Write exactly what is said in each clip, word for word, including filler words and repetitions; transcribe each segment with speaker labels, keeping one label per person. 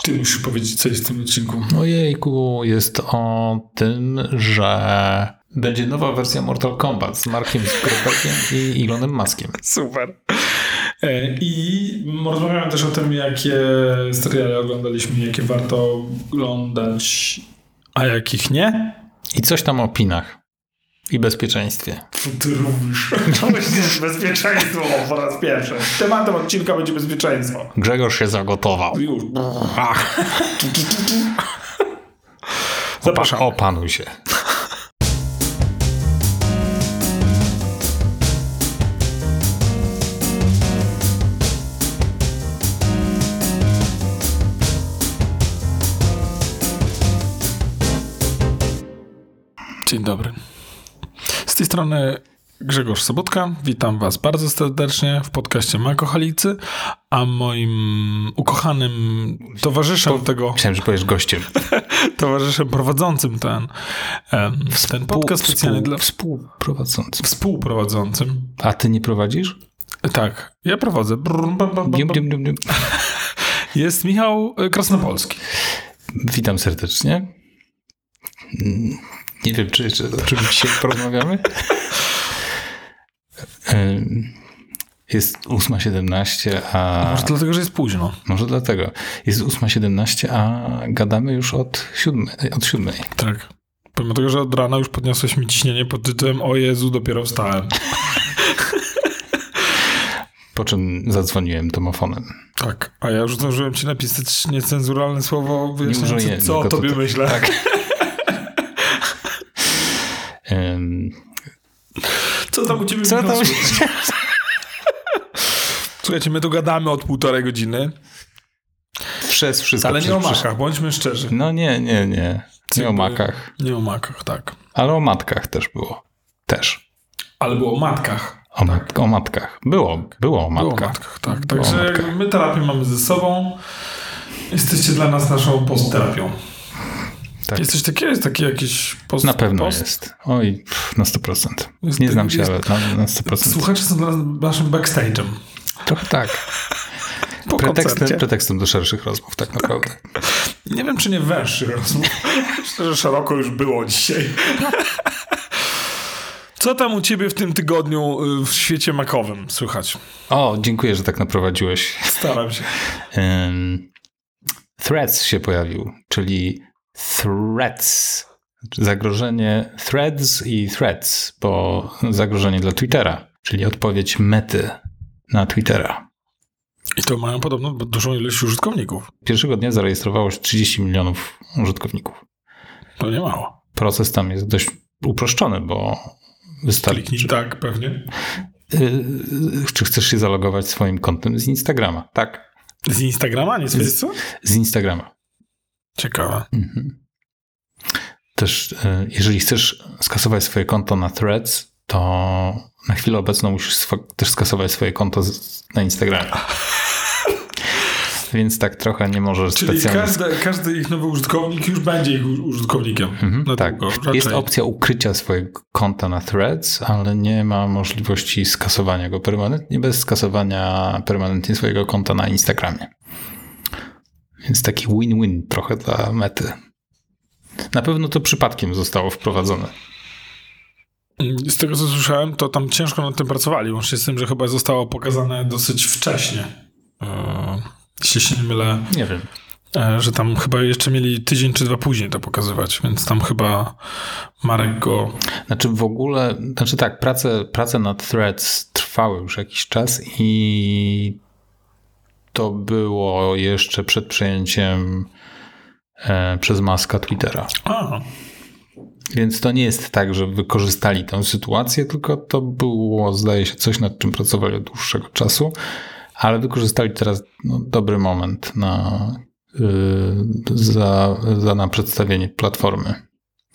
Speaker 1: Ty musisz powiedzieć, co jest w tym odcinku.
Speaker 2: Ojejku, jest o tym, że będzie nowa wersja Mortal Kombat z Markiem Zuckerbergiem i Elonem Muskiem.
Speaker 1: Super. I rozmawiamy też o tym, jakie seriale oglądaliśmy, jakie warto oglądać, a jakich nie.
Speaker 2: I coś tam o pinach i bezpieczeństwie.
Speaker 1: Co ty robisz? Bezpieczeństwo po raz pierwszy. Tematem odcinka będzie bezpieczeństwo.
Speaker 2: Grzegorz się zagotował.
Speaker 1: Już. Ach. Zapraszam.
Speaker 2: Opanuj się.
Speaker 1: Dzień dobry. Z tej strony Grzegorz Sobotka. Witam was bardzo serdecznie w podcaście Makochalicy, a moim ukochanym towarzyszem po, tego...
Speaker 2: Myślałem, że powiesz gościem.
Speaker 1: towarzyszem prowadzącym ten, um,
Speaker 2: Współ,
Speaker 1: ten podcast specjalny
Speaker 2: współ,
Speaker 1: dla...
Speaker 2: Współprowadzącym.
Speaker 1: Współprowadzącym.
Speaker 2: A ty nie prowadzisz?
Speaker 1: Tak, ja prowadzę.
Speaker 2: Dum, dum, dum, dum.
Speaker 1: Jest Michał Krasnopolski.
Speaker 2: Witam serdecznie. Nie wiem, czy, czy o czym dzisiaj porozmawiamy. Jest ósma siedemnaście, a...
Speaker 1: Może dlatego, że jest późno.
Speaker 2: Może dlatego. Jest ósma siedemnaście, a gadamy już od siódmej. Od siódmej.
Speaker 1: Tak. Pomimo tego, że od rana już podniosłeś mi ciśnienie pod tytułem o Jezu, dopiero wstałem.
Speaker 2: Po czym zadzwoniłem domofonem.
Speaker 1: Tak, a ja już zdążyłem ci napisać niecenzuralne słowo, wyjaśniające,
Speaker 2: nie,
Speaker 1: co o tobie to, myślę.
Speaker 2: Tak. um,
Speaker 1: co tam u ciebie?
Speaker 2: Co tam u ciebie?
Speaker 1: Słuchajcie, my tu gadamy od półtorej godziny.
Speaker 2: Przez wszystko.
Speaker 1: Ale
Speaker 2: przez,
Speaker 1: nie o
Speaker 2: przez...
Speaker 1: makach, bądźmy szczerzy.
Speaker 2: No nie, nie, nie. Nie o makach.
Speaker 1: Nie o makach, tak.
Speaker 2: Ale o matkach też było. Też.
Speaker 1: Ale było o matkach.
Speaker 2: O, mat- o matkach. Było, było o matkach.
Speaker 1: Było o matkach, tak. Także my terapię mamy ze sobą. Jesteście dla nas naszą postterapią. Tak. Jest coś takiego? Jest taki jakiś post?
Speaker 2: Na pewno
Speaker 1: post?
Speaker 2: jest. Oj, pff, na sto procent.
Speaker 1: Jest,
Speaker 2: nie znam się,
Speaker 1: jest,
Speaker 2: ale na, na sto procent.
Speaker 1: Słuchacze są dla nas naszym backstage'em.
Speaker 2: Trochę tak. Pretekstem, pretekstem do szerszych rozmów, tak naprawdę.
Speaker 1: Nie wiem, czy nie węższych rozmów. Myślę, że szeroko już było dzisiaj. Co tam u ciebie w tym tygodniu w świecie makowym słychać?
Speaker 2: O, dziękuję, że tak naprowadziłeś.
Speaker 1: Staram się.
Speaker 2: Um, Threads się pojawił, czyli Threads. Zagrożenie Threads i Threads, bo zagrożenie dla Twittera, czyli odpowiedź Mety na Twittera.
Speaker 1: I to mają podobno dużą ilość użytkowników.
Speaker 2: Pierwszego dnia zarejestrowało się trzydzieści milionów użytkowników.
Speaker 1: To nie mało.
Speaker 2: Proces tam jest dość uproszczony, bo wystarczy...
Speaker 1: Kliknij tak, pewnie.
Speaker 2: Yy, czy chcesz się zalogować swoim kontem z Instagrama? Tak.
Speaker 1: Z Instagrama? Nie z Facebooka?
Speaker 2: Z, z Instagrama.
Speaker 1: Ciekawe.
Speaker 2: Mhm. Też, yy, jeżeli chcesz skasować swoje konto na Threads, to na chwilę obecną musisz sw- też skasować swoje konto z, na Instagramie. Więc tak trochę nie możesz
Speaker 1: Czyli
Speaker 2: specjalnie...
Speaker 1: Każdy, każdy ich nowy użytkownik już będzie ich użytkownikiem.
Speaker 2: Mhm, no tak. Długo, jest opcja ukrycia swojego konta na Threads, ale nie ma możliwości skasowania go permanentnie, bez skasowania permanentnie swojego konta na Instagramie. Więc taki win-win trochę dla Mety. Na pewno to przypadkiem zostało wprowadzone.
Speaker 1: Z tego, co słyszałem, to tam ciężko nad tym pracowali, łącznie z tym, że chyba zostało pokazane dosyć wcześnie. Jeśli się nie mylę.
Speaker 2: Nie wiem.
Speaker 1: Że tam chyba jeszcze mieli tydzień czy dwa później to pokazywać, więc tam chyba Marek go...
Speaker 2: Znaczy w ogóle, znaczy tak, prace, prace nad Threads trwały już jakiś czas i to było jeszcze przed przejęciem e, przez Muska Twittera.
Speaker 1: A.
Speaker 2: Więc to nie jest tak, że wykorzystali tę sytuację, tylko to było, zdaje się, coś, nad czym pracowali od dłuższego czasu, ale wykorzystali teraz no, dobry moment na, yy, za, za na przedstawienie platformy.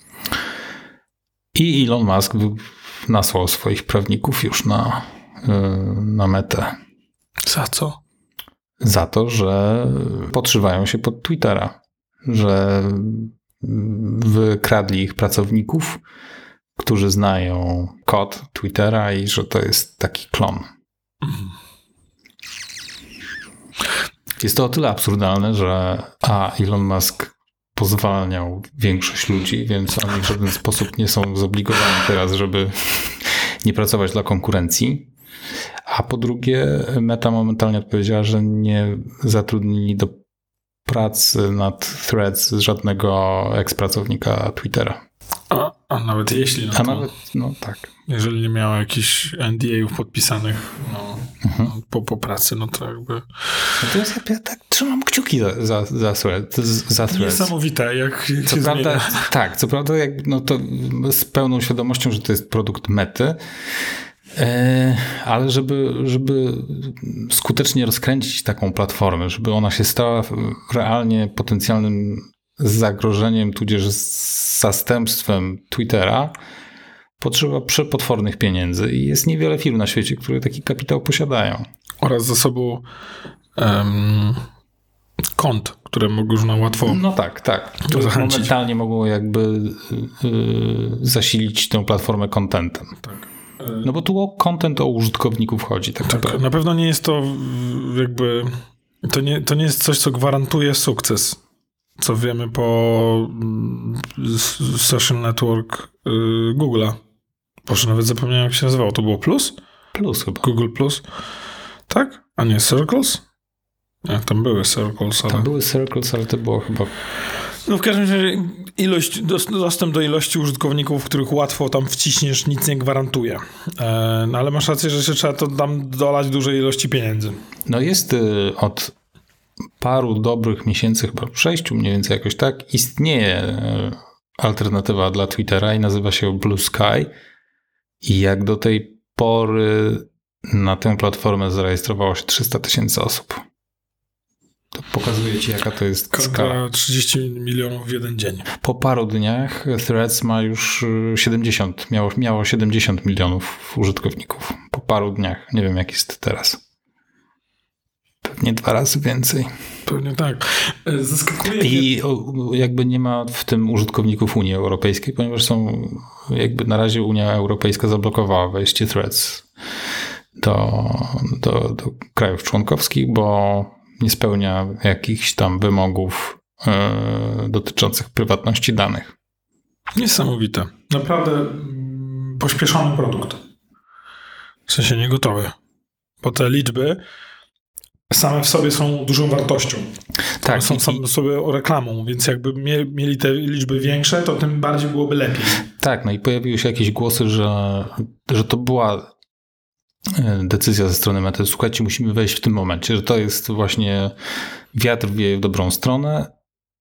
Speaker 2: I Elon Musk nasłał swoich prawników już na, yy, na Metę.
Speaker 1: Za co?
Speaker 2: Za to, że podszywają się pod Twittera, że wykradli ich pracowników, którzy znają kod Twittera i że to jest taki klon. Jest to o tyle absurdalne, że a Elon Musk pozwalniał większość ludzi, więc oni w żaden sposób nie są zobligowani teraz, żeby nie pracować dla konkurencji. A po drugie, Meta momentalnie odpowiedziała, że nie zatrudnili do pracy nad Threads żadnego ekspracownika Twittera.
Speaker 1: A, a nawet jeśli... No
Speaker 2: a
Speaker 1: to,
Speaker 2: nawet, no tak.
Speaker 1: Jeżeli nie miała jakichś N D A-ów podpisanych no,
Speaker 2: Mhm.
Speaker 1: no, po, po pracy, no to jakby...
Speaker 2: No to jest, ja tak trzymam kciuki za, za, za, thread, za Threads.
Speaker 1: Niesamowite, jak, jak
Speaker 2: Co
Speaker 1: się
Speaker 2: prawda,
Speaker 1: zmienia.
Speaker 2: tak, co prawda jak, no to z pełną świadomością, że to jest produkt Mety, e, ale żeby, żeby skutecznie rozkręcić taką platformę, żeby ona się stała realnie potencjalnym zagrożeniem, tudzież zastępstwem Twittera, potrzeba przepotwornych pieniędzy i jest niewiele firm na świecie, które taki kapitał posiadają.
Speaker 1: Oraz zasobu um, kont, które można łatwo
Speaker 2: No tak, tak. Które
Speaker 1: zachęcić.
Speaker 2: momentalnie mogą jakby yy, zasilić tę platformę contentem.
Speaker 1: Tak.
Speaker 2: No bo tu o content o użytkowników chodzi. Tak,
Speaker 1: Tak,
Speaker 2: naprawdę.
Speaker 1: na pewno nie jest to jakby... To nie, to nie jest coś, co gwarantuje sukces. Co wiemy po mm, s- social network y, Google'a. Boże, nawet zapomniałem, jak się nazywało. To było Plus?
Speaker 2: Plus chyba.
Speaker 1: Google Plus? Tak? A nie Circles? Nie, tam były Circles, ale...
Speaker 2: Tam były Circles, ale to było chyba...
Speaker 1: No w każdym razie ilość, dos- dostęp do ilości użytkowników, których łatwo tam wciśniesz, nic nie gwarantuje. E, no ale masz rację, że się trzeba to tam dolać dużej ilości pieniędzy.
Speaker 2: No jest y, od paru dobrych miesięcy, chyba sześciu mniej więcej jakoś tak, istnieje y, alternatywa dla Twittera i nazywa się Blue Sky. I jak do tej pory na tę platformę zarejestrowało się trzysta tysięcy osób. To pokazuje ci, jaka to jest skala.
Speaker 1: Kontra trzydzieści milionów w jeden dzień.
Speaker 2: Po paru dniach Threads ma już siedemdziesiąt, miało, miało siedemdziesiąt milionów użytkowników. Po paru dniach. Nie wiem, jak jest teraz. Pewnie dwa razy więcej.
Speaker 1: Pewnie tak. E, Zaskakuje mnie...
Speaker 2: I o, jakby nie ma w tym użytkowników Unii Europejskiej, ponieważ są jakby na razie Unia Europejska zablokowała wejście Threads do, do, do krajów członkowskich, bo nie spełnia jakichś tam wymogów yy, dotyczących prywatności danych.
Speaker 1: Niesamowite. Naprawdę mm, pośpieszony produkt. W sensie nie gotowy. Bo te liczby same w sobie są dużą wartością.
Speaker 2: Tak,
Speaker 1: Są
Speaker 2: i,
Speaker 1: same w sobie reklamą, więc jakby mie, mieli te liczby większe, to tym bardziej byłoby lepiej.
Speaker 2: tak, no i pojawiły się jakieś głosy, że, że to była decyzja ze strony Mety. Słuchajcie, musimy wejść w tym momencie, że to jest właśnie wiatr wieje w dobrą stronę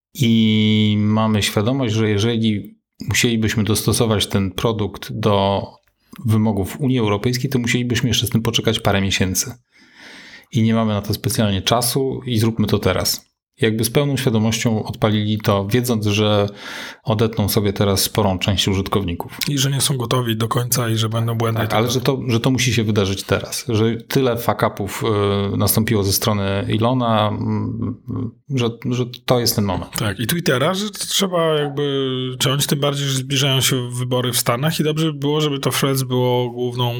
Speaker 2: i mamy świadomość, że jeżeli musielibyśmy dostosować ten produkt do wymogów Unii Europejskiej, to musielibyśmy jeszcze z tym poczekać parę miesięcy. I nie mamy na to specjalnie czasu i zróbmy to teraz. Jakby z pełną świadomością odpalili to, wiedząc, że odetną sobie teraz sporą część użytkowników.
Speaker 1: I że nie są gotowi do końca i że będą błędy.
Speaker 2: Tak, ale że to, że to musi się wydarzyć teraz. Że tyle fuck-upów y, nastąpiło ze strony Ilona, y, że, że to jest ten moment.
Speaker 1: Tak, i Twittera, że trzeba jakby ciąć, tym bardziej, że zbliżają się wybory w Stanach i dobrze by było, żeby to Threads było główną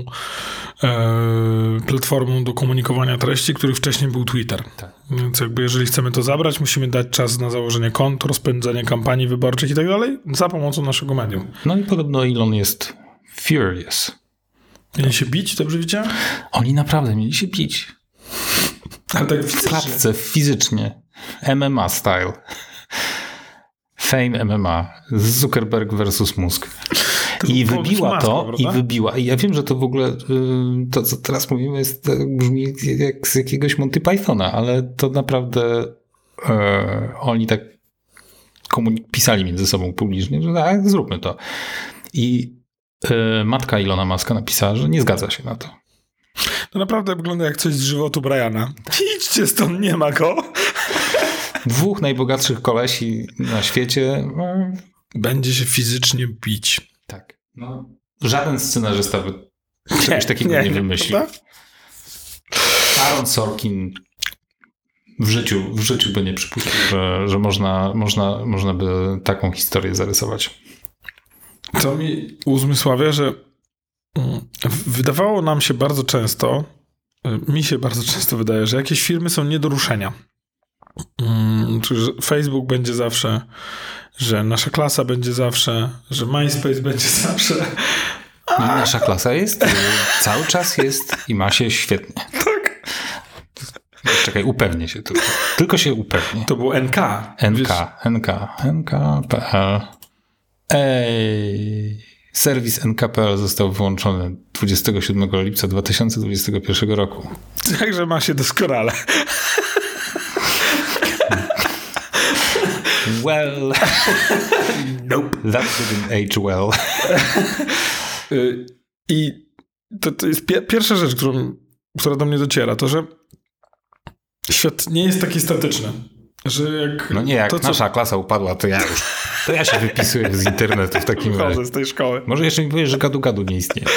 Speaker 1: e, platformą do komunikowania treści, których wcześniej był Twitter.
Speaker 2: Tak.
Speaker 1: Więc jakby jeżeli chcemy to zabrać, musimy dać czas na założenie kont, rozpędzenie kampanii wyborczych i tak dalej za pomocą naszego medium.
Speaker 2: No i podobno Elon jest furious.
Speaker 1: Mieli się bić, dobrze widziałem?
Speaker 2: Oni naprawdę mieli się bić.
Speaker 1: Ale tak
Speaker 2: W klatce, fizycznie. M M A style. Fame M M A. Zuckerberg versus Musk. I wybiła
Speaker 1: maską,
Speaker 2: to,
Speaker 1: prawda?
Speaker 2: i wybiła. I ja wiem, że to w ogóle, to co teraz mówimy, jest, to brzmi jak z jakiegoś Monty Pythona, ale to naprawdę e, oni tak komunik- pisali między sobą publicznie, że tak, zróbmy to. I e, matka Ilona Muska napisała, że nie zgadza się na to.
Speaker 1: To naprawdę wygląda jak coś z żywotu Briana. Idźcie stąd, nie ma go.
Speaker 2: Dwóch najbogatszych kolesi na świecie. No,
Speaker 1: Będzie się fizycznie bić.
Speaker 2: tak. No, żaden scenarzysta by czegoś takiego nie, nie wymyślił.
Speaker 1: Prawda?
Speaker 2: Aaron Sorkin w życiu, w życiu by nie przypuścił, że, że można, można, można by taką historię zarysować.
Speaker 1: To mi uzmysławia, że wydawało nam się bardzo często, mi się bardzo często wydaje, że jakieś firmy są nie do ruszenia. mm, że Facebook będzie zawsze, że nasza klasa będzie zawsze, że MySpace będzie zawsze.
Speaker 2: A... Nasza klasa jest, cały czas jest i ma się świetnie.
Speaker 1: Tak.
Speaker 2: Czekaj, upewnię się tylko. Tylko się upewnię.
Speaker 1: To był N K.
Speaker 2: N K, N K, N K kropka P L. Ej, serwis N K kropka P L został wyłączony dwudziestego siódmego lipca dwa tysiące dwudziestego pierwszego roku.
Speaker 1: Także ma się doskonale.
Speaker 2: Well.
Speaker 1: Nope.
Speaker 2: That didn't age well.
Speaker 1: I to, to jest pi- pierwsza rzecz, którą, która do mnie dociera, to, że świat nie jest taki statyczny. Że jak
Speaker 2: no nie, jak
Speaker 1: to, co...
Speaker 2: nasza klasa upadła, to ja już, to ja się wypisuję z internetu w takim razie.
Speaker 1: z tej szkoły.
Speaker 2: Może jeszcze mi powiesz, że gadu-gadu nie istnieje.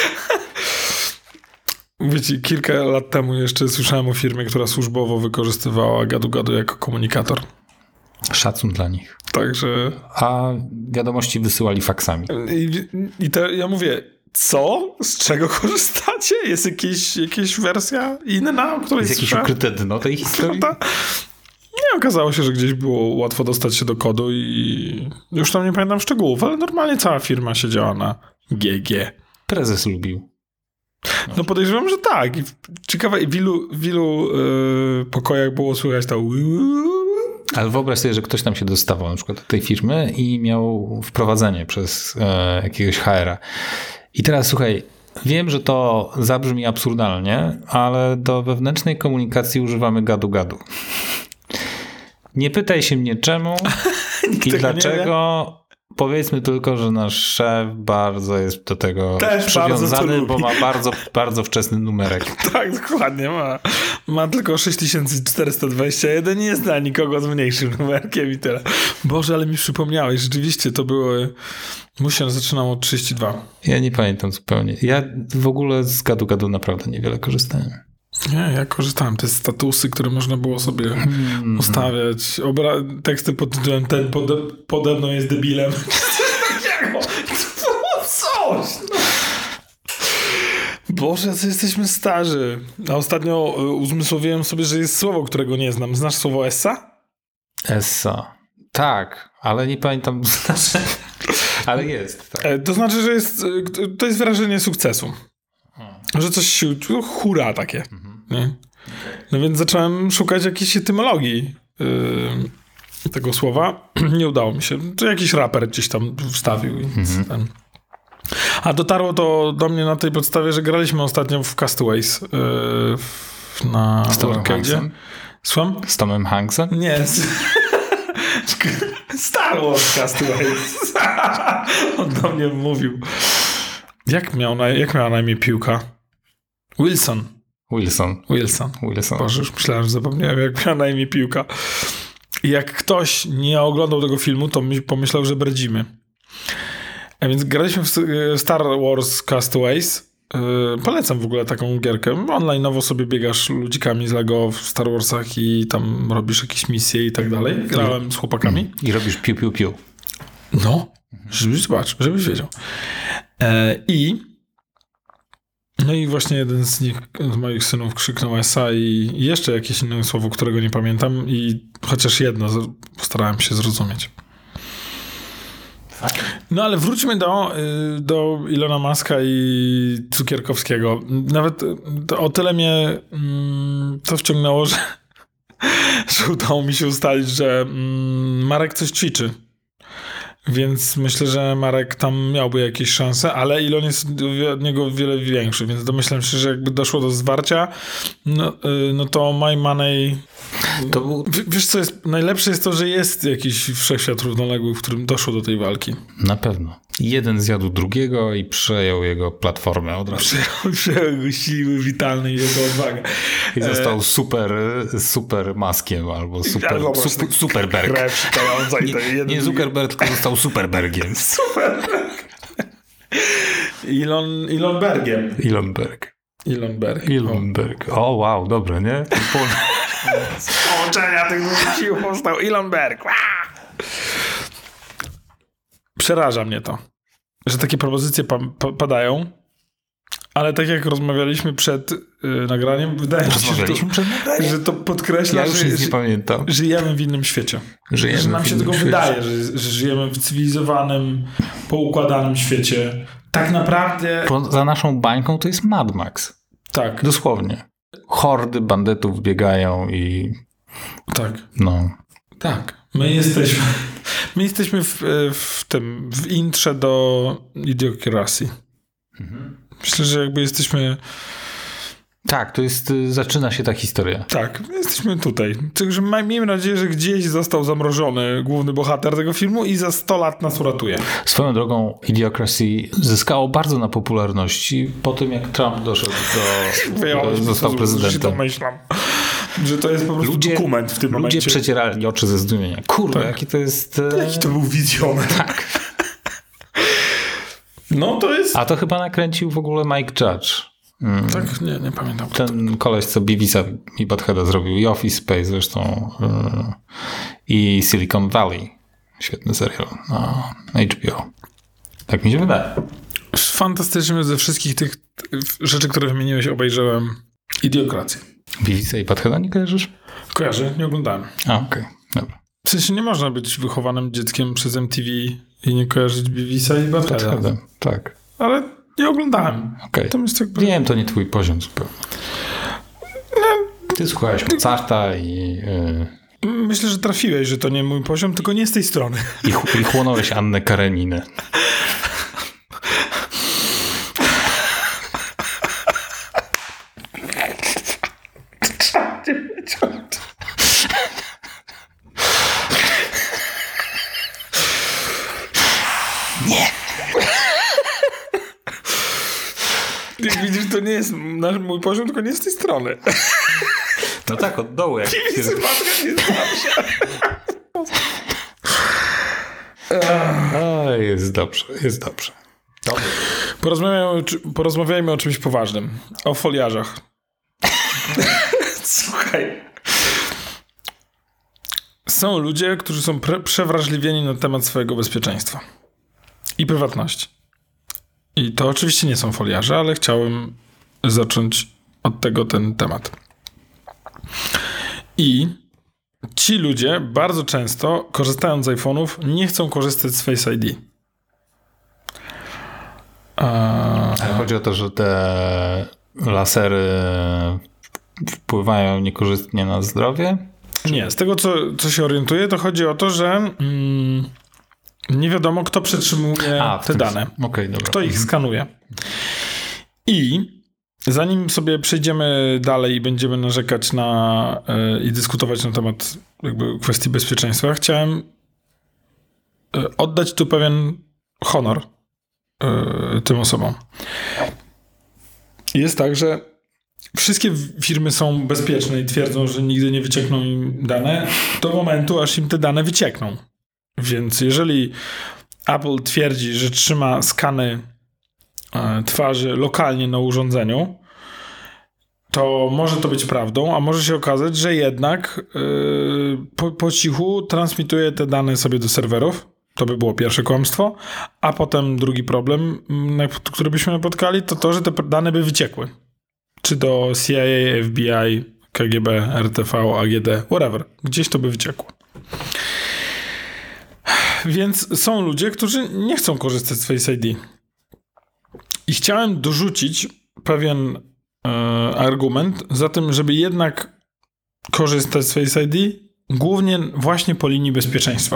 Speaker 1: Wiecie, kilka lat temu jeszcze słyszałem o firmie, która służbowo wykorzystywała gadu-gadu jako komunikator.
Speaker 2: Szacun dla nich.
Speaker 1: Także...
Speaker 2: A wiadomości wysyłali faksami.
Speaker 1: I, i to ja mówię, co? Z czego korzystacie? Jest jakieś, jakaś wersja inna, o której
Speaker 2: Jest jakieś ukryte dno tej historii?
Speaker 1: Prawda? Nie, okazało się, że gdzieś było łatwo dostać się do kodu i już tam nie pamiętam szczegółów, ale normalnie cała firma siedziała na G G.
Speaker 2: Prezes lubił.
Speaker 1: No, no podejrzewam, że tak. I ciekawe, w ilu, w ilu yy, pokojach było słychać to.
Speaker 2: Ale wyobraź sobie, że ktoś tam się dostawał na przykład do tej firmy i miał wprowadzenie przez e, jakiegoś H R a. I teraz słuchaj, wiem, że to zabrzmi absurdalnie, ale do wewnętrznej komunikacji używamy gadu-gadu. Nie pytaj się mnie czemu i dlaczego. Powiedzmy tylko, że nasz szef bardzo jest do tego
Speaker 1: też
Speaker 2: przywiązany, bo ma bardzo, bardzo wczesny numerek.
Speaker 1: Tak, dokładnie. Ma, ma tylko sześć tysięcy czterysta dwadzieścia jeden i nie zna nikogo z mniejszym numerkiem i tyle. Boże, ale mi przypomniałeś. Rzeczywiście to były... Musiał zaczynało od trzydzieści dwa.
Speaker 2: Ja nie pamiętam zupełnie. Ja w ogóle z gadu-gadu naprawdę niewiele korzystałem.
Speaker 1: Nie, ja korzystałem. Te statusy, które można było sobie hmm. ustawiać. Obra- teksty pod tytułem ten pode, pode mną jest debilem. To było coś. No. Boże, co jesteśmy starzy. A ostatnio uzmysłowiłem sobie, że jest słowo, którego nie znam. Znasz słowo essa?
Speaker 2: Essa. Tak, ale nie pamiętam znaczenia. Ale jest. Tak.
Speaker 1: To znaczy, że jest, to jest wyrażenie sukcesu. Hmm. Że coś się... Hura takie. Mhm. Nie? No więc zacząłem szukać jakiejś etymologii yy, tego słowa. Nie udało mi się. To jakiś raper gdzieś tam wstawił. Mm-hmm. Ten. A dotarło to do mnie na tej podstawie, że graliśmy ostatnio w Castaways yy, na arcade'zie. Słucham?
Speaker 2: Z Tomem Hanksem?
Speaker 1: Nie. Z... Star Wars Castaways. On do mnie mówił. Jak, miał na, jak miała na imię piłka? Wilson.
Speaker 2: Wilson.
Speaker 1: Wilson.
Speaker 2: Wilson.
Speaker 1: Boże, już myślałem, że zapomniałem, jak miała na imię piłka. I jak ktoś nie oglądał tego filmu, to pomyślał, że bredzimy. A więc graliśmy w Star Wars Castaways. Yy, polecam w ogóle taką gierkę. Online'owo sobie biegasz ludzikami z Lego w Star Warsach i tam robisz jakieś misje i tak dalej. Grałem z chłopakami.
Speaker 2: I robisz piu, piu, piu.
Speaker 1: No, żebyś zobaczył, żebyś wiedział. Yy, I No i właśnie jeden z nich, z moich synów krzyknął essa i jeszcze jakieś inne słowo, którego nie pamiętam i chociaż jedno postarałem się zrozumieć. No ale wróćmy do, do Ilona Muska i Cukierkowskiego. Nawet to o tyle mnie to wciągnęło, że, że udało mi się ustalić, że Marek coś ćwiczy. Więc myślę, że Marek tam miałby jakieś szanse, ale Elon jest od niego wiele większy, więc domyślam się, że jakby doszło do zwarcia, no, no to My Money... To był... w, wiesz co, jest, najlepsze jest to, że jest jakiś wszechświat równoległy, w którym doszło do tej walki.
Speaker 2: Na pewno. Jeden zjadł drugiego i przejął jego platformę od razu.
Speaker 1: Przejął, przejął jego siły witalne i jego odwagę.
Speaker 2: I został e... super, super maskiem albo super, ja, super, superberg. Nie, nie Zuckerberg, tylko został superbergiem.
Speaker 1: Superberg. Elon, Elonbergiem.
Speaker 2: Elonberg.
Speaker 1: Elonberg.
Speaker 2: Elonberg. O, wow, dobre, nie?
Speaker 1: Z połączenia tych dwóch sił powstał Elonberg. Przeraża mnie to, że takie propozycje pa- pa- padają, ale tak jak rozmawialiśmy przed y, nagraniem. Wydaje mi się, że to,
Speaker 2: przed nagraniem?
Speaker 1: że to podkreśla,
Speaker 2: ja już
Speaker 1: że,
Speaker 2: nic
Speaker 1: że
Speaker 2: nie pamiętam.
Speaker 1: żyjemy w innym świecie.
Speaker 2: Żyjemy
Speaker 1: że nam
Speaker 2: w
Speaker 1: się
Speaker 2: innym
Speaker 1: tylko
Speaker 2: świecie.
Speaker 1: wydaje, że, że żyjemy w cywilizowanym, poukładanym świecie. Tak naprawdę...
Speaker 2: Za naszą bańką to jest Mad Max.
Speaker 1: Tak.
Speaker 2: Dosłownie. Hordy bandytów biegają i...
Speaker 1: Tak.
Speaker 2: No.
Speaker 1: Tak. My jesteśmy... My jesteśmy w, w tym... W intrze do Idiocracy. Mhm. Myślę, że jakby jesteśmy...
Speaker 2: Tak, to jest... Zaczyna się ta historia.
Speaker 1: Tak. Jesteśmy tutaj. Także miejmy nadzieję, że gdzieś został zamrożony główny bohater tego filmu i za sto lat nas uratuje.
Speaker 2: Swoją drogą Idiocracy zyskało bardzo na popularności po tym, jak Trump doszedł do...
Speaker 1: Ja
Speaker 2: został prezydentem.
Speaker 1: Że to myślam. Że to jest po prostu ludzie, dokument w tym
Speaker 2: ludzie
Speaker 1: momencie.
Speaker 2: Ludzie przecierali oczy ze zdumienia. Kurwa, tak. Jaki to jest...
Speaker 1: Jaki to był wizjoner.
Speaker 2: Tak.
Speaker 1: No to jest...
Speaker 2: A to chyba nakręcił w ogóle Mike Judge.
Speaker 1: Mm. Tak? Nie, nie pamiętam.
Speaker 2: Ten koleś, co Beavisa i Buttheada zrobił i Office Space zresztą yy, i Silicon Valley. Świetny serial na H B O. Tak mi się wydaje.
Speaker 1: Fantastycznie ze wszystkich tych rzeczy, które wymieniłeś, obejrzałem Idiokrację.
Speaker 2: Beavisa i Buttheada nie kojarzysz?
Speaker 1: Kojarzę, nie oglądałem.
Speaker 2: A, okej. Okay. Dobra.
Speaker 1: W sensie nie można być wychowanym dzieckiem przez M T V i nie kojarzyć Beavisa i Buttheada.
Speaker 2: Tak.
Speaker 1: Ale nie oglądałem.
Speaker 2: Okay.
Speaker 1: Jakby...
Speaker 2: Wiem, to nie twój poziom zupełnie. Ty słuchałeś Mozarta i... Yy...
Speaker 1: Myślę, że trafiłeś, że to nie mój poziom, tylko nie z tej strony.
Speaker 2: I, ch- i chłonąłeś Annę Kareninę.
Speaker 1: Nie. Jak widzisz, to nie jest nasz, mój poziom, tylko nie z tej strony.
Speaker 2: No tak, od dołu. Jak
Speaker 1: się...
Speaker 2: A, jest dobrze, jest dobrze. dobrze.
Speaker 1: Porozmawiajmy, porozmawiajmy o czymś poważnym. O foliarzach. Słuchaj. Są ludzie, którzy są pre- przewrażliwieni na temat swojego bezpieczeństwa i prywatności. I to oczywiście nie są foliarze, ale chciałem zacząć od tego ten temat. I ci ludzie bardzo często, korzystając z iPhone'ów, nie chcą korzystać z Face I D. A...
Speaker 2: Ale chodzi o to, że te lasery wpływają niekorzystnie na zdrowie?
Speaker 1: Nie, z tego co, co się orientuję, to chodzi o to, że mm, nie wiadomo, kto przetrzymuje A, te dane.
Speaker 2: Okay, dobra.
Speaker 1: Kto ich skanuje. I zanim sobie przejdziemy dalej i będziemy narzekać na y, i dyskutować na temat jakby kwestii bezpieczeństwa, chciałem y, oddać tu pewien honor y, tym osobom. Jest tak, że wszystkie firmy są bezpieczne i twierdzą, że nigdy nie wyciekną im dane do momentu, aż im te dane wyciekną. Więc jeżeli Apple twierdzi, że trzyma skany e, twarzy lokalnie na urządzeniu, to może to być prawdą, a może się okazać, że jednak e, po, po cichu transmituje te dane sobie do serwerów. To by było pierwsze kłamstwo. A potem drugi problem, na który byśmy napotkali, to to, że te dane by wyciekły. Czy do C I A, F B I, K G B, R T V, A G D, whatever. Gdzieś to by wyciekło. Więc są ludzie, którzy nie chcą korzystać z Face I D. I chciałem dorzucić pewien e, argument za tym, żeby jednak korzystać z Face I D, głównie właśnie po linii bezpieczeństwa.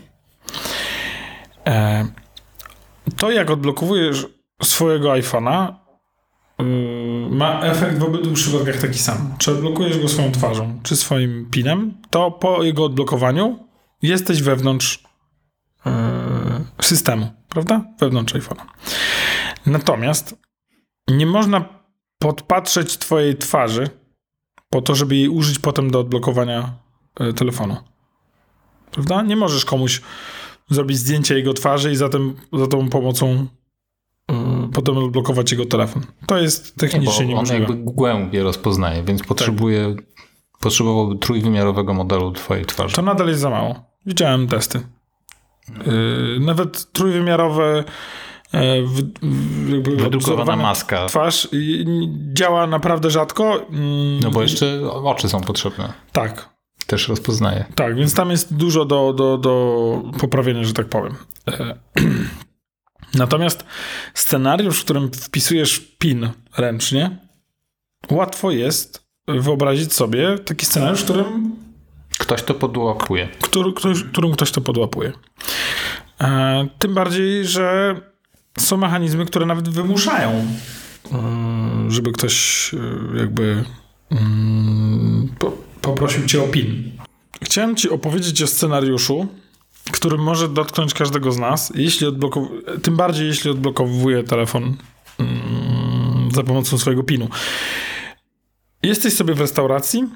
Speaker 1: E, to, jak odblokowujesz swojego iPhone'a, ma efekt w obydwu przypadkach taki sam. Czy odblokujesz go swoją twarzą, czy swoim pinem, to po jego odblokowaniu jesteś wewnątrz yy, systemu, prawda? Wewnątrz iPhone'a. Natomiast nie można podpatrzeć twojej twarzy po to, żeby jej użyć potem do odblokowania yy, telefonu. Prawda? Nie możesz komuś zrobić zdjęcie jego twarzy i zatem za tą pomocą potem odblokować jego telefon. To jest technicznie
Speaker 2: nie, bo on
Speaker 1: niemożliwe.
Speaker 2: jakby głębiej rozpoznaje, więc potrzebuje, tak. potrzebowałby trójwymiarowego modelu twojej twarzy.
Speaker 1: To nadal jest za mało. Widziałem testy. Yy, nawet trójwymiarowe w, jakby
Speaker 2: wydrukowana maska.
Speaker 1: Twarz działa naprawdę rzadko.
Speaker 2: No bo jeszcze oczy są potrzebne.
Speaker 1: Tak.
Speaker 2: Też rozpoznaje.
Speaker 1: Tak, więc tam jest dużo do, do, do poprawienia, że tak powiem. Natomiast scenariusz, w którym wpisujesz PIN ręcznie, łatwo jest wyobrazić sobie taki scenariusz, w którym
Speaker 2: ktoś to podłapuje.
Speaker 1: Który, ktoś, którym ktoś to podłapuje. E, tym bardziej, że są mechanizmy, które nawet wymuszają, e, żeby ktoś e, jakby e, po, poprosił cię o PIN. Chciałem ci opowiedzieć o scenariuszu, który może dotknąć każdego z nas, jeśli odblokow- tym bardziej jeśli odblokowuje telefon e, za pomocą swojego PIN-u. Jesteś sobie w restauracji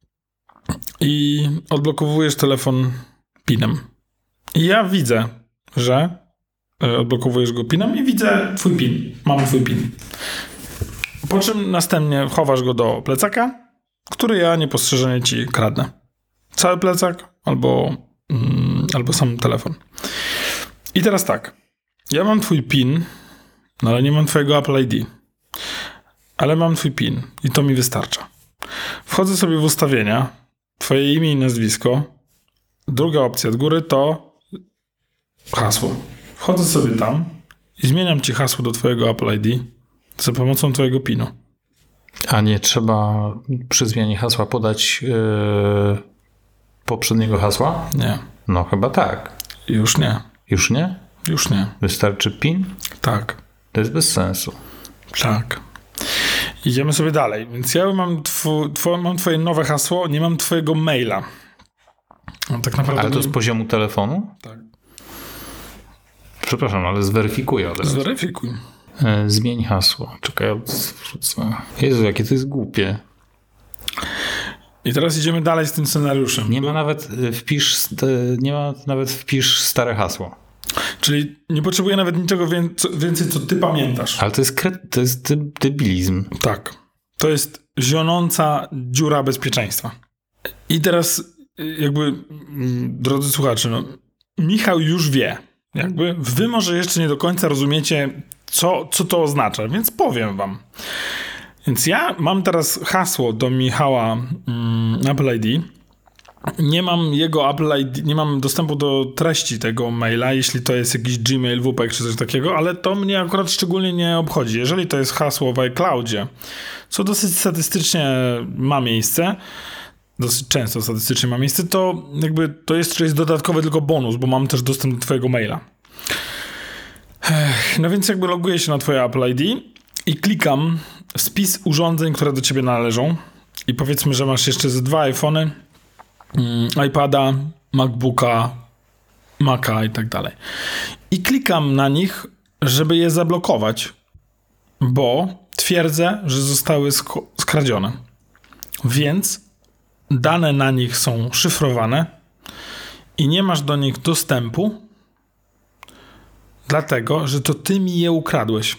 Speaker 1: i odblokowujesz telefon PIN-em. I ja widzę, że odblokowujesz go PIN-em i widzę twój PIN. Mam twój PIN. Po czym następnie chowasz go do plecaka, który ja niepostrzeżenie ci kradnę. Cały plecak albo, mm, albo sam telefon. I teraz tak. Ja mam twój PIN, no ale nie mam twojego Apple I D. Ale mam twój PIN i to mi wystarcza. Wchodzę sobie w ustawienia, twoje imię i nazwisko. Druga opcja od góry to hasło. Wchodzę sobie tam i zmieniam ci hasło do twojego Apple I D za pomocą twojego PIN-u.
Speaker 2: A nie trzeba przy zmianie hasła podać yy, poprzedniego hasła?
Speaker 1: Nie.
Speaker 2: No chyba tak.
Speaker 1: Już nie.
Speaker 2: Już nie?
Speaker 1: Już nie.
Speaker 2: Wystarczy PIN?
Speaker 1: Tak.
Speaker 2: To jest bez sensu.
Speaker 1: Tak. Idziemy sobie dalej. Więc ja mam, tw- tw- mam twoje nowe hasło, nie mam twojego maila. No, tak naprawdę.
Speaker 2: Ale to
Speaker 1: nie...
Speaker 2: z poziomu telefonu?
Speaker 1: Tak.
Speaker 2: Przepraszam, ale zweryfikuję od razu.
Speaker 1: Zweryfikuj.
Speaker 2: E, zmień hasło. Czekaj, ja wrzucę. Jezu, jakie to jest głupie.
Speaker 1: I teraz idziemy dalej z tym scenariuszem.
Speaker 2: Nie ma nawet wpisz, nie ma nawet wpisz stare hasło.
Speaker 1: Czyli nie potrzebuję nawet niczego więcej, co ty pamiętasz.
Speaker 2: Ale to jest, kre... to jest debilizm.
Speaker 1: Tak. To jest zionąca dziura bezpieczeństwa. I teraz jakby, drodzy słuchacze, no, Michał już wie. Jakby wy może jeszcze nie do końca rozumiecie, co, co to oznacza, więc powiem wam. Więc ja mam teraz hasło do Michała mm, Apple I D. Nie mam jego Apple I D, nie mam dostępu do treści tego maila, jeśli to jest jakiś Gmail, W P K czy coś takiego, ale to mnie akurat szczególnie nie obchodzi. Jeżeli to jest hasło w iCloudzie, co dosyć statystycznie ma miejsce, dosyć często statystycznie ma miejsce, to jakby to jest, jest dodatkowy tylko bonus, bo mam też dostęp do twojego maila. Ech, no więc jakby loguję się na twoje Apple I D i klikam spis urządzeń, które do ciebie należą i powiedzmy, że masz jeszcze ze dwa iPhony, mm, iPada, MacBooka, Maca i tak dalej. I klikam na nich, żeby je zablokować, bo twierdzę, że zostały sk- skradzione. Więc dane na nich są szyfrowane i nie masz do nich dostępu, dlatego, że to ty mi je ukradłeś.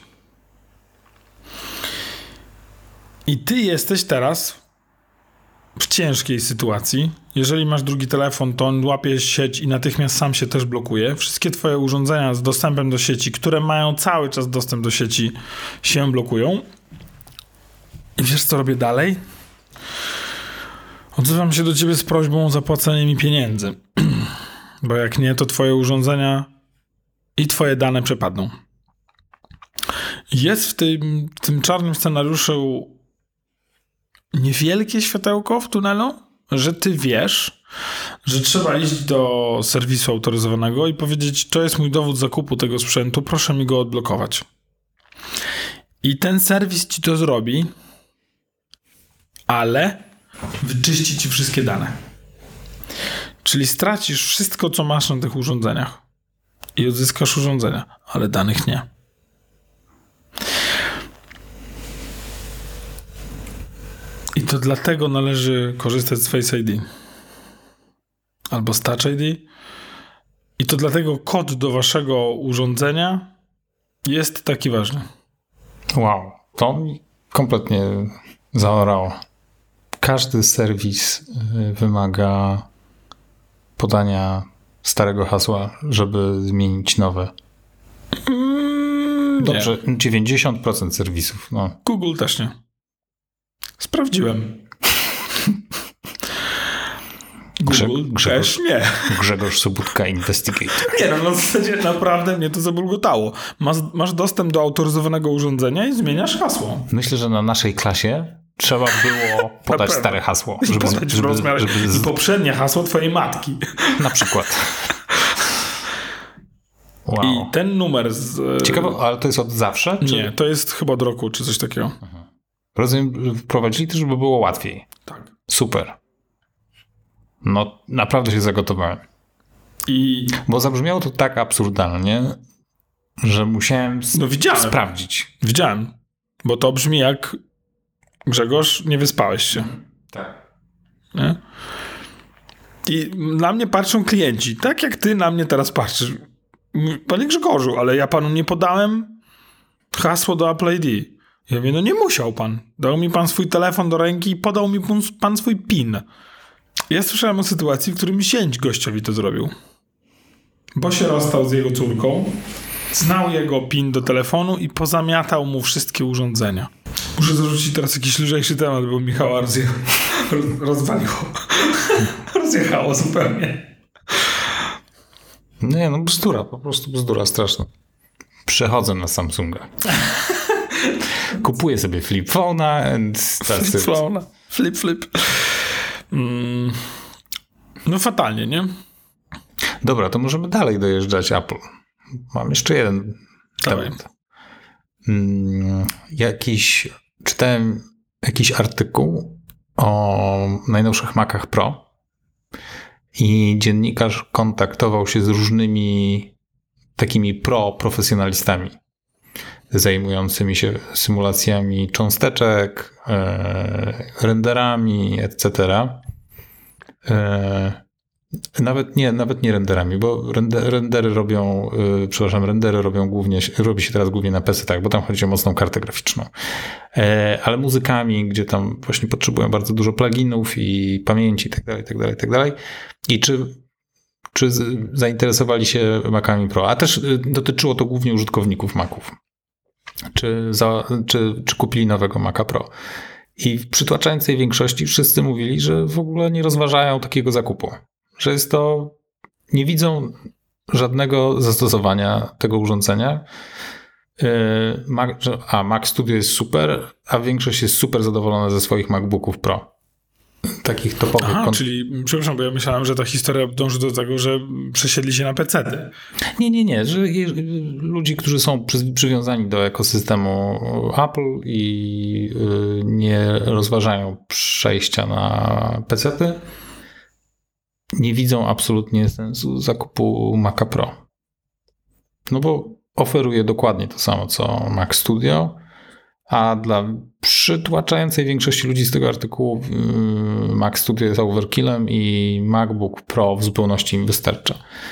Speaker 1: I ty jesteś teraz w ciężkiej sytuacji. Jeżeli masz drugi telefon, to on łapie sieć i natychmiast sam się też blokuje. Wszystkie twoje urządzenia z dostępem do sieci, które mają cały czas dostęp do sieci, się blokują. I wiesz, co robię dalej? Odzywam się do ciebie z prośbą o zapłacenie mi pieniędzy. Bo jak nie, to twoje urządzenia i twoje dane przepadną. Jest w tym, w tym czarnym scenariuszu niewielkie światełko w tunelu, że ty wiesz, że trzeba iść do serwisu autoryzowanego i powiedzieć, to jest mój dowód zakupu tego sprzętu, proszę mi go odblokować. I ten serwis ci to zrobi, ale wyczyści ci wszystkie dane. Czyli stracisz wszystko, co masz na tych urządzeniach i odzyskasz urządzenia, ale danych nie. I to dlatego należy korzystać z Face I D albo z Touch I D. I to dlatego kod do waszego urządzenia jest taki ważny.
Speaker 2: Wow, to mi kompletnie zaorało. Każdy serwis wymaga podania starego hasła, żeby zmienić nowe.
Speaker 1: Mm,
Speaker 2: Dobrze, dziewięćdziesiąt procent serwisów. No.
Speaker 1: Google też nie. Sprawdziłem. Google
Speaker 2: Grzegorz,
Speaker 1: też nie.
Speaker 2: Grzegorz Sobutka Investigator.
Speaker 1: Nie, no, no w zasadzie naprawdę mnie to zabulgotało. Masz, masz dostęp do autoryzowanego urządzenia i zmieniasz hasło.
Speaker 2: Myślę, że na naszej klasie trzeba było podać stare hasło.
Speaker 1: Żeby, żeby, żeby, żeby z... I poprzednie hasło twojej matki.
Speaker 2: Na przykład. Wow.
Speaker 1: I ten numer z...
Speaker 2: Ciekawe, ale to jest od zawsze?
Speaker 1: Czy... Nie, to jest chyba od roku, czy coś takiego.
Speaker 2: Aha. Rozumiem, wprowadzili to, żeby było łatwiej.
Speaker 1: Tak.
Speaker 2: Super. No, naprawdę się zagotowałem.
Speaker 1: I...
Speaker 2: Bo zabrzmiało to tak absurdalnie, że musiałem sp-
Speaker 1: no, widziałem.
Speaker 2: sprawdzić.
Speaker 1: Widziałem. Bo to brzmi jak Grzegorz, nie wyspałeś się.
Speaker 2: Tak.
Speaker 1: Nie? I na mnie patrzą klienci. Tak jak ty na mnie teraz patrzysz. Panie Grzegorzu, ale ja panu nie podałem hasło do Apple I D. Ja mówię, no nie musiał pan. Dał mi pan swój telefon do ręki i podał mi pan, pan swój PIN. Ja słyszałem o sytuacji, w którym zięć gościowi to zrobił. Bo się rozstał z jego córką, znał jego PIN do telefonu i pozamiatał mu wszystkie urządzenia. Muszę zarzucić teraz jakiś lżejszy temat, bo Michała rozje... rozwaliło. Rozjechało zupełnie.
Speaker 2: Nie, no bzdura, po prostu bzdura straszna. Przechodzę na Samsunga. Kupuję sobie flip phone'a and that's
Speaker 1: flip phone'a. Flip, flip. Mm. No fatalnie, nie?
Speaker 2: Dobra, to możemy dalej dojeżdżać Apple. Mam jeszcze jeden temat. Hmm, jakiś, czytałem jakiś artykuł o najnowszych Macach Pro i dziennikarz kontaktował się z różnymi takimi pro profesjonalistami zajmującymi się symulacjami cząsteczek, e, renderami, et cetera. E, nawet nie, nawet nie renderami, bo render, rendery robią, e, przepraszam, rendery robią głównie, robi się teraz głównie na P C, tak, bo tam chodzi o mocną kartę graficzną. E, ale muzykami, gdzie tam właśnie potrzebują bardzo dużo pluginów i pamięci, tak dalej, tak dalej, tak dalej. I czy czy zainteresowali się Macami Pro, a też dotyczyło to głównie użytkowników Maców. Czy, za, czy, czy kupili nowego Maca Pro. I w przytłaczającej większości wszyscy mówili, że w ogóle nie rozważają takiego zakupu. Że jest to, nie widzą żadnego zastosowania tego urządzenia. Mac, a Mac Studio jest super, a większość jest super zadowolona ze swoich MacBooków Pro. Takich topowych.
Speaker 1: Aha,
Speaker 2: kont-
Speaker 1: czyli, przepraszam, bo ja myślałem, że ta historia dąży do tego, że przesiedli się na pecety.
Speaker 2: Nie, nie, nie. Że ludzi, którzy są przy, przywiązani do ekosystemu Apple i y, nie rozważają przejścia na pecety, nie widzą absolutnie sensu zakupu Maca Pro. No bo oferuje dokładnie to samo, co Mac Studio, a dla przytłaczającej większości ludzi z tego artykułu Mac Studio jest overkillem i MacBook Pro w zupełności im wystarcza.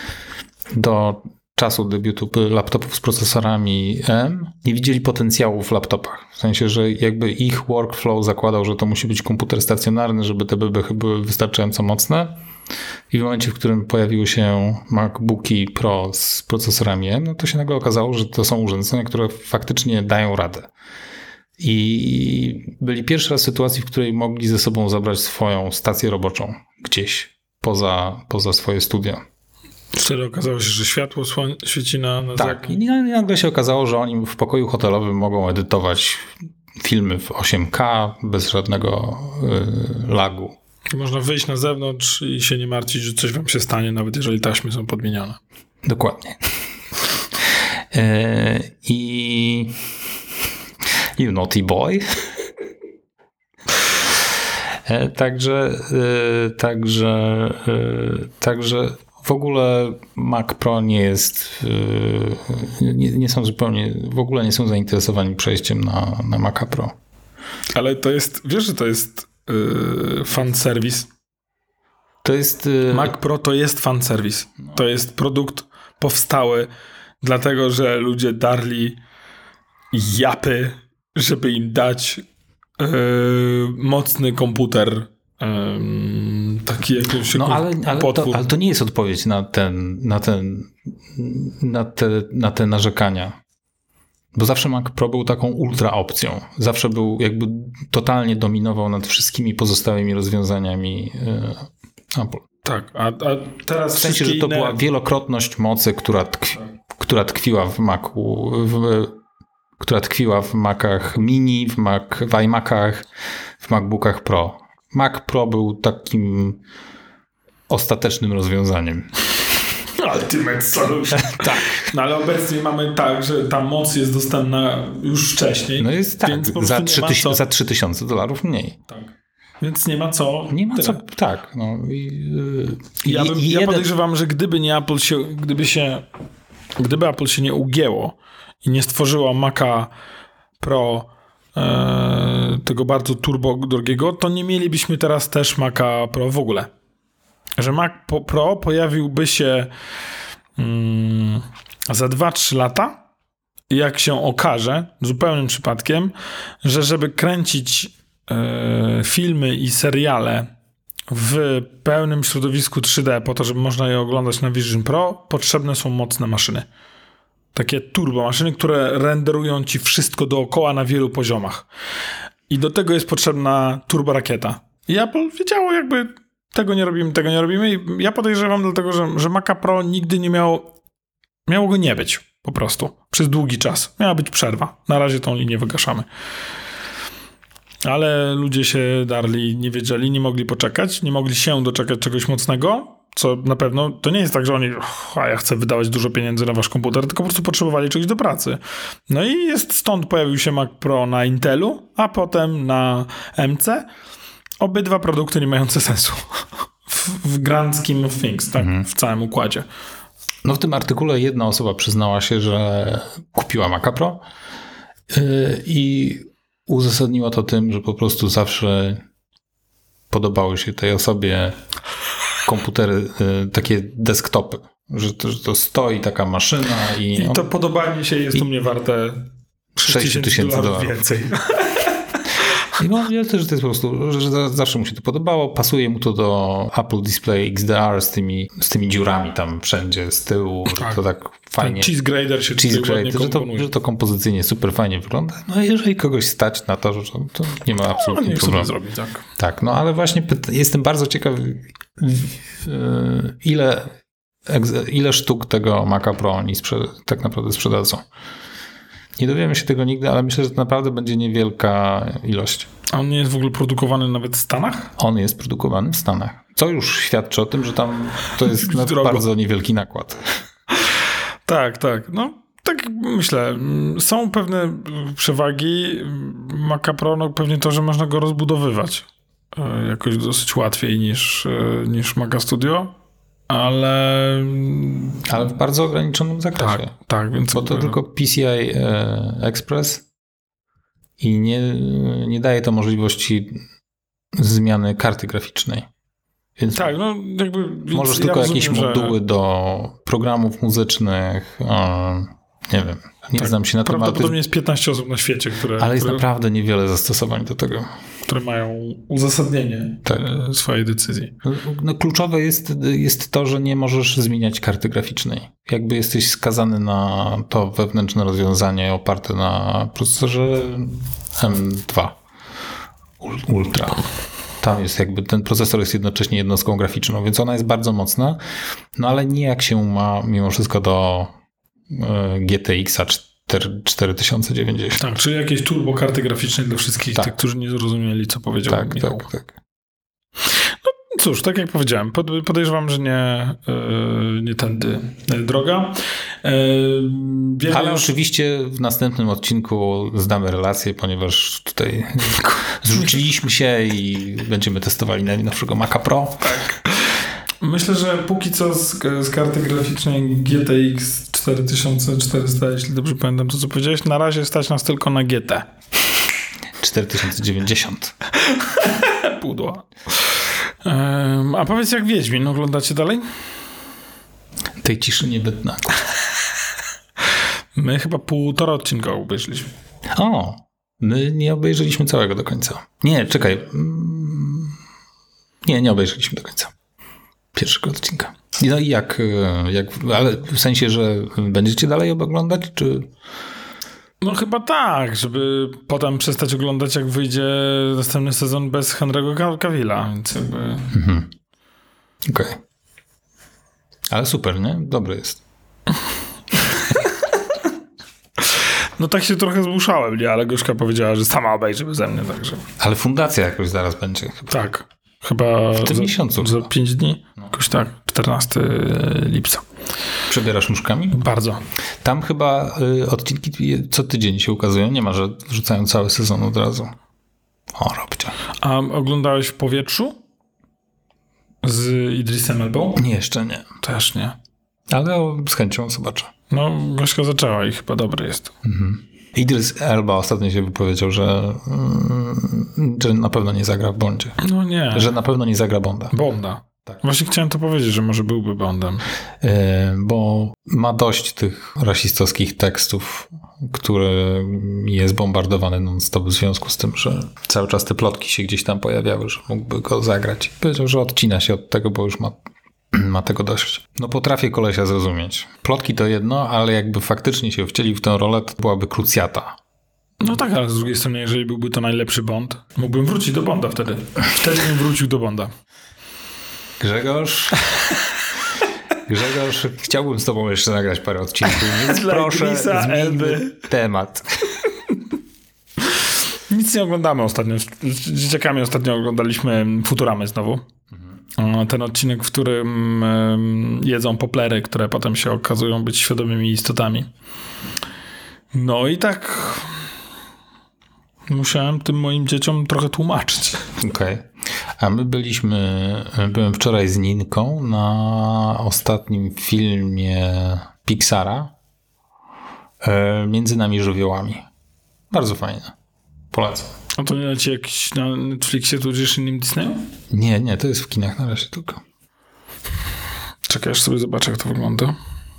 Speaker 2: Do czasu debiutu laptopów z procesorami M nie widzieli potencjału w laptopach. W sensie, że jakby ich workflow zakładał, że to musi być komputer stacjonarny, żeby te bebechy były wystarczająco mocne. I w momencie, w którym pojawiły się MacBooki Pro z procesorami M, no to się nagle okazało, że to są urządzenia, które faktycznie dają radę. I byli pierwszy raz w sytuacji, w której mogli ze sobą zabrać swoją stację roboczą gdzieś poza, poza swoje studio.
Speaker 1: Wtedy okazało się, że światło słoń- świeci na, na
Speaker 2: Tak, i nagle się okazało, że oni w pokoju hotelowym mogą edytować filmy w osiem K bez żadnego yy, lagu.
Speaker 1: Można wyjść na zewnątrz i się nie martwić, że coś wam się stanie, nawet jeżeli taśmy są podmienione.
Speaker 2: Dokładnie. yy, I... You naughty boy. Także, także, także w ogóle Mac Pro nie jest, nie, nie są zupełnie, w ogóle nie są zainteresowani przejściem na, na Maca Pro.
Speaker 1: Ale to jest, wiesz, że to jest yy, fan service?
Speaker 2: To jest... Yy...
Speaker 1: Mac Pro to jest fan service. No. To jest produkt powstały dlatego, że ludzie darli japy, żeby im dać yy, mocny komputer, yy, taki jakiś
Speaker 2: no, ale, ale, to, ale to nie jest odpowiedź na ten, na ten, na te, na te narzekania. Bo zawsze Mac Pro był taką ultra opcją. Zawsze był jakby totalnie dominował nad wszystkimi pozostałymi rozwiązaniami yy, Apple.
Speaker 1: Tak, a, a teraz
Speaker 2: w sensie, że to
Speaker 1: inne...
Speaker 2: była wielokrotność mocy, która, tkwi, która tkwiła w Macu, w, która tkwiła w Macach Mini, w, Mac, w iMacach, w MacBookach Pro. Mac Pro był takim ostatecznym rozwiązaniem.
Speaker 1: Ultimate solution. Tak. No ale obecnie mamy tak, że ta moc jest dostępna już wcześniej.
Speaker 2: No jest tak, za trzy tysiące co... za trzy tysiące dolarów mniej.
Speaker 1: Tak. Więc nie ma co.
Speaker 2: Nie ma tyle. co, tak. No, i,
Speaker 1: i, ja, bym, i ja jeden... podejrzewam, że gdyby nie Apple się, gdyby się, gdyby Apple się nie ugięło i nie stworzyło Maca Pro e, tego bardzo turbo drogiego, to nie mielibyśmy teraz też Maca Pro w ogóle. Że Mac Pro pojawiłby się mm, za dwa trzy lata, jak się okaże, zupełnym przypadkiem, że żeby kręcić y, filmy i seriale w pełnym środowisku trzy D, po to, żeby można je oglądać na Vision Pro, potrzebne są mocne maszyny. Takie turbo maszyny, które renderują ci wszystko dookoła na wielu poziomach. I do tego jest potrzebna turbo rakieta. I Apple wiedziało jakby tego nie robimy, tego nie robimy i ja podejrzewam dlatego, że, że Maca Pro nigdy nie miało, miało go nie być po prostu przez długi czas. Miała być przerwa. Na razie tą linię wygaszamy. Ale ludzie się darli, nie wiedzieli, nie mogli poczekać, nie mogli się doczekać czegoś mocnego, co na pewno to nie jest tak, że oni a ja chcę wydawać dużo pieniędzy na wasz komputer, tylko po prostu potrzebowali czegoś do pracy. No i jest stąd pojawił się Mac Pro na Intelu, a potem na M C. Obydwa produkty nie mające sensu w, w grand scheme of things, tak? Mhm. W całym układzie.
Speaker 2: No w tym artykule jedna osoba przyznała się, że kupiła Maca Pro yy, i uzasadniła to tym, że po prostu zawsze podobały się tej osobie komputery, yy, takie desktopy, że to, że to stoi taka maszyna i...
Speaker 1: I to on, podobanie się jest i, u mnie warte sześć tysięcy dolarów więcej.
Speaker 2: I no, ja też, że to jest po prostu, że zawsze mu się to podobało. Pasuje mu to do Apple Display X D R z tymi, z tymi dziurami tam wszędzie z tyłu.
Speaker 1: Tak.
Speaker 2: To tak fajnie.
Speaker 1: Ten cheese grader się
Speaker 2: cheese grader, że, to, że to kompozycyjnie super fajnie wygląda. No jeżeli kogoś stać na to, że to, to nie ma absolutnie
Speaker 1: no,
Speaker 2: problemu.
Speaker 1: Zrobić, tak.
Speaker 2: tak, no ale właśnie jestem bardzo ciekaw, ile, ile sztuk tego Maca Pro oni sprze- tak naprawdę sprzedadzą. Nie dowiemy się tego nigdy, ale myślę, że to naprawdę będzie niewielka ilość.
Speaker 1: A on nie jest w ogóle produkowany nawet w Stanach?
Speaker 2: On jest produkowany w Stanach. Co już świadczy o tym, że tam to jest bardzo niewielki nakład.
Speaker 1: Tak, tak. No, tak myślę. Są pewne przewagi Maca Pro, no pewnie to, że można go rozbudowywać jakoś dosyć łatwiej niż, niż Maca Studio. Ale...
Speaker 2: Ale w bardzo ograniczonym zakresie.
Speaker 1: Tak, tak. Więc
Speaker 2: bo to tylko P C I Express i nie, nie daje to możliwości zmiany karty graficznej. Więc
Speaker 1: tak, no jakby...
Speaker 2: Możesz ja tylko rozumiem, jakieś moduły że... do programów muzycznych, o, nie wiem, nie tak, znam się na tym.
Speaker 1: Prawdopodobnie jest piętnaście osób na świecie, które...
Speaker 2: Ale jest
Speaker 1: które,
Speaker 2: naprawdę niewiele zastosowań do tego.
Speaker 1: Które mają uzasadnienie tak. swojej decyzji.
Speaker 2: No, no, kluczowe jest, jest to, że nie możesz zmieniać karty graficznej. Jakby jesteś skazany na to wewnętrzne rozwiązanie oparte na procesorze M dwa Ultra. Tam jest jakby, ten procesor jest jednocześnie jednostką graficzną, więc ona jest bardzo mocna, no ale nie jak się ma mimo wszystko do G T X-a cztery tysiące dziewięćdziesiąt.
Speaker 1: Tak, czyli jakieś turbo karty graficznej dla wszystkich tak. tych, którzy nie zrozumieli, co powiedział
Speaker 2: tak,
Speaker 1: Michał.
Speaker 2: Tak, tak.
Speaker 1: No cóż, tak jak powiedziałem, podejrzewam, że nie, yy, nie tędy droga. Yy,
Speaker 2: Ale
Speaker 1: już...
Speaker 2: oczywiście w następnym odcinku zdamy relację, ponieważ tutaj zrzuciliśmy się i będziemy testowali na nowszego Maca Pro.
Speaker 1: Tak. Myślę, że póki co z, z karty graficznej G T X cztery tysiące czterysta, jeśli dobrze pamiętam to, co powiedziałeś, na razie stać nas tylko na G T.
Speaker 2: cztery tysiące dziewięćdziesiąt.
Speaker 1: Pudło. Um, a powiedz, jak Wiedźmin oglądacie dalej?
Speaker 2: Tej ciszy nie bytna.
Speaker 1: My chyba półtora odcinka obejrzeliśmy.
Speaker 2: O, my nie obejrzeliśmy całego do końca. Nie, czekaj. Nie, nie obejrzeliśmy do końca pierwszego odcinka. No i jak, jak, ale w sensie, że będziecie dalej oglądać, czy...
Speaker 1: No chyba tak, żeby potem przestać oglądać, jak wyjdzie następny sezon bez Henry'ego Cavilla, więc jakby...
Speaker 2: Mhm. Okej. Okay. Ale super, nie? Dobry jest.
Speaker 1: No tak się trochę zmuszałem, nie? Ale Gorzka powiedziała, że sama obejrzy beze mnie, także...
Speaker 2: Ale fundacja jakoś zaraz będzie. Chyba.
Speaker 1: Tak. Chyba
Speaker 2: w tym
Speaker 1: za,
Speaker 2: miesiącu.
Speaker 1: Za pięć dni? No. Jakoś tak. czternastego lipca.
Speaker 2: Przebierasz nóżkami?
Speaker 1: Bardzo.
Speaker 2: Tam chyba y, odcinki co tydzień się ukazują. Nie ma, że rzucają cały sezon od razu. O, robcie.
Speaker 1: A oglądałeś w powietrzu? Z Idrisem Elbą?
Speaker 2: Nie, jeszcze nie.
Speaker 1: Też nie.
Speaker 2: Ale z chęcią zobaczę.
Speaker 1: No, Gośka zaczęła i chyba dobry jest.
Speaker 2: Mhm. Idris Elba ostatnio się wypowiedział, że, mm, że na pewno nie zagra w Bondzie.
Speaker 1: No nie.
Speaker 2: Że na pewno nie zagra Bonda.
Speaker 1: Bonda. Tak. Właśnie chciałem to powiedzieć, że może byłby Bondem.
Speaker 2: Yy, bo ma dość tych rasistowskich tekstów, które jest bombardowany non-stop w związku z tym, że cały czas te plotki się gdzieś tam pojawiały, że mógłby go zagrać. Powiedział, że odcina się od tego, bo już ma ma tego dość. No potrafię kolesia zrozumieć. Plotki to jedno, ale jakby faktycznie się wcielił w tę rolę, to byłaby krucjata.
Speaker 1: No tak, ale z drugiej strony, jeżeli byłby to najlepszy Bond, mógłbym wrócić do Bonda wtedy. Wtedy bym wrócił do Bonda.
Speaker 2: Grzegorz... Grzegorz, chciałbym z tobą jeszcze nagrać parę odcinków, więc proszę zmieńmy temat.
Speaker 1: Nic nie oglądamy ostatnio. Z dzieciakami ostatnio oglądaliśmy Futuramę znowu. Ten odcinek, w którym jedzą poplery, które potem się okazują być świadomymi istotami. No i tak musiałem tym moim dzieciom trochę tłumaczyć.
Speaker 2: Okej. Okay. A my byliśmy, byłem wczoraj z Ninką na ostatnim filmie Pixara Między nami żywiołami. Bardzo fajne. Polecam.
Speaker 1: A to nie leci jakiś na Netflixie, tudzież innym Disneyu?
Speaker 2: Nie, nie, to jest w kinach na razie tylko.
Speaker 1: Czekaj, aż sobie zobaczę, jak to wygląda.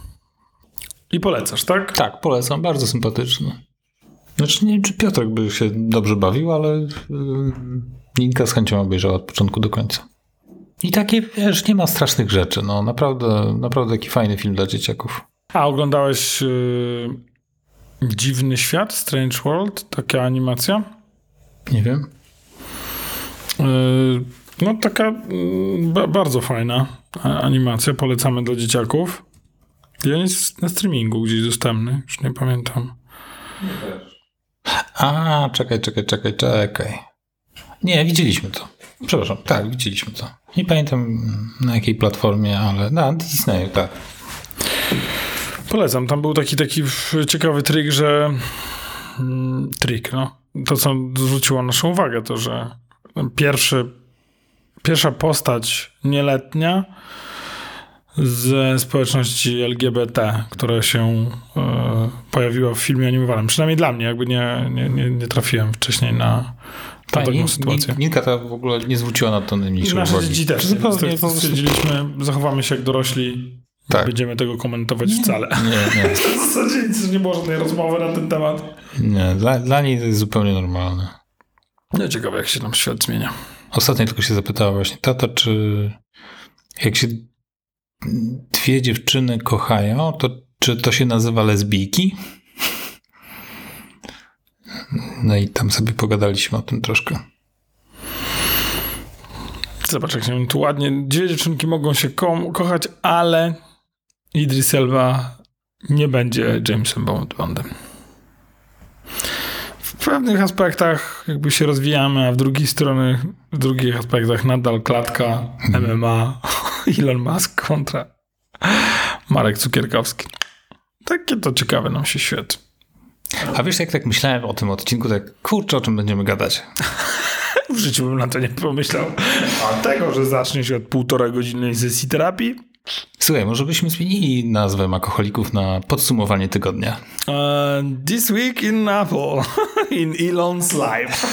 Speaker 1: I polecasz, tak?
Speaker 2: Tak, polecam. Bardzo sympatyczny. Znaczy nie wiem, czy Piotrek by się dobrze bawił, ale yy, Ninka z chęcią obejrzała od początku do końca. I takie, wiesz, nie ma strasznych rzeczy. No naprawdę, naprawdę taki fajny film dla dzieciaków.
Speaker 1: A oglądałeś yy, Dziwny Świat, Strange World? Taka animacja?
Speaker 2: Nie wiem.
Speaker 1: Yy, no taka yy, ba- bardzo fajna animacja. Polecamy dla dzieciaków. Ja jest na streamingu gdzieś dostępny. Już nie pamiętam.
Speaker 2: A, czekaj, czekaj, czekaj, czekaj. Nie, widzieliśmy to. Przepraszam, tak, widzieliśmy to. Nie pamiętam na jakiej platformie, ale na Disneyu, tak.
Speaker 1: Polecam. Tam był taki taki ciekawy trik, że mm, trik, no. To, co zwróciło naszą uwagę, to, że pierwszy, pierwsza postać nieletnia ze społeczności L G B T, która się e, pojawiła w filmie animowanym. Przynajmniej dla mnie, jakby nie, nie, nie, nie trafiłem wcześniej na, na taką
Speaker 2: nie,
Speaker 1: sytuację.
Speaker 2: Ninka ta w ogóle nie zwróciła na to najmniejszej uwagi.
Speaker 1: Nasze dzieci też.
Speaker 2: Zupełnie,
Speaker 1: to stwierdziliśmy, zachowamy się jak dorośli. Tak. Nie będziemy tego komentować
Speaker 2: nie,
Speaker 1: wcale.
Speaker 2: Nie, nie.
Speaker 1: W zasadzie nic, nie było żadnej rozmowy na ten temat.
Speaker 2: Nie, dla, dla niej to jest zupełnie normalne.
Speaker 1: No ciekawe, jak się tam świat zmienia.
Speaker 2: Ostatnio tylko się zapytała właśnie tata, czy jak się dwie dziewczyny kochają, to czy to się nazywa lesbijki? No i tam sobie pogadaliśmy o tym troszkę.
Speaker 1: Zobacz, jak się tu ładnie. Dwie dziewczynki mogą się ko- kochać, ale Idris Elba nie będzie Jamesem Bondem. W pewnych aspektach jakby się rozwijamy, a w drugiej strony, w drugich aspektach nadal klatka, M M A, Elon Musk kontra Marek Cukierkowski. Takie to ciekawe nam się świat.
Speaker 2: A wiesz, jak tak myślałem o tym odcinku, tak kurczę, o czym będziemy gadać?
Speaker 1: W życiu bym na to nie pomyślał. A tego, że zacznie się od półtora godzinnej sesji terapii?
Speaker 2: Słuchaj, może byśmy zmienili nazwę Makoholików na podsumowanie tygodnia.
Speaker 1: Uh, this week in Apple. In Elon's life.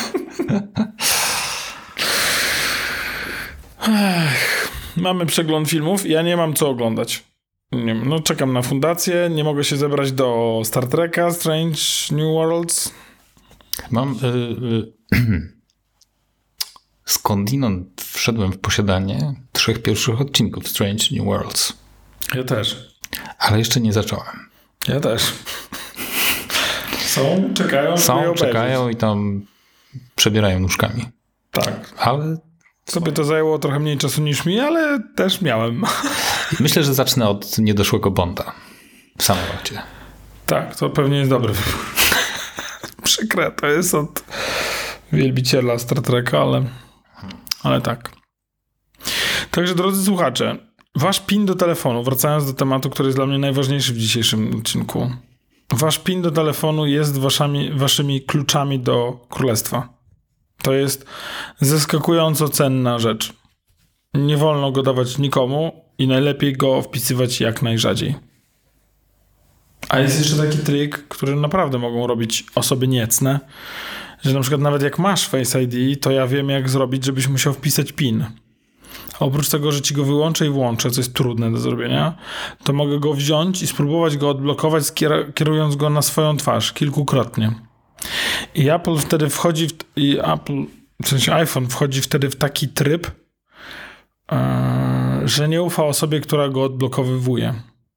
Speaker 1: Mamy przegląd filmów. Ja nie mam co oglądać. Nie, no czekam na fundację. Nie mogę się zebrać do Star Treka, Strange New Worlds.
Speaker 2: Mam... Yy, yy. Skądinąd wszedłem w posiadanie trzech pierwszych odcinków Strange New Worlds.
Speaker 1: Ja też.
Speaker 2: Ale jeszcze nie zacząłem.
Speaker 1: Ja też. Są, czekają,
Speaker 2: Są, czekają i tam przebierają nóżkami.
Speaker 1: Tak.
Speaker 2: Ale...
Speaker 1: Sobie to zajęło trochę mniej czasu niż mi, ale też miałem.
Speaker 2: Myślę, że zacznę od niedoszłego Bonda w samolocie.
Speaker 1: Tak, to pewnie jest dobry wybór. Przykre, to jest od wielbiciela Star Treka, ale, ale tak. Także drodzy słuchacze, wasz PIN do telefonu, wracając do tematu, który jest dla mnie najważniejszy w dzisiejszym odcinku. Wasz PIN do telefonu jest waszami, waszymi kluczami do królestwa. To jest zaskakująco cenna rzecz. Nie wolno go dawać nikomu i najlepiej go wpisywać jak najrzadziej. A jest jeszcze taki trik, który naprawdę mogą robić osoby niecne, że na przykład nawet jak masz Face I D, to ja wiem jak zrobić, żebyś musiał wpisać PIN. A oprócz tego, że ci go wyłączę i włączę, co jest trudne do zrobienia, to mogę go wziąć i spróbować go odblokować, kierując go na swoją twarz kilkukrotnie. I Apple wtedy wchodzi w, i Apple, w sensie iPhone wchodzi wtedy w taki tryb, yy, że nie ufa osobie, która go odblokowywuje.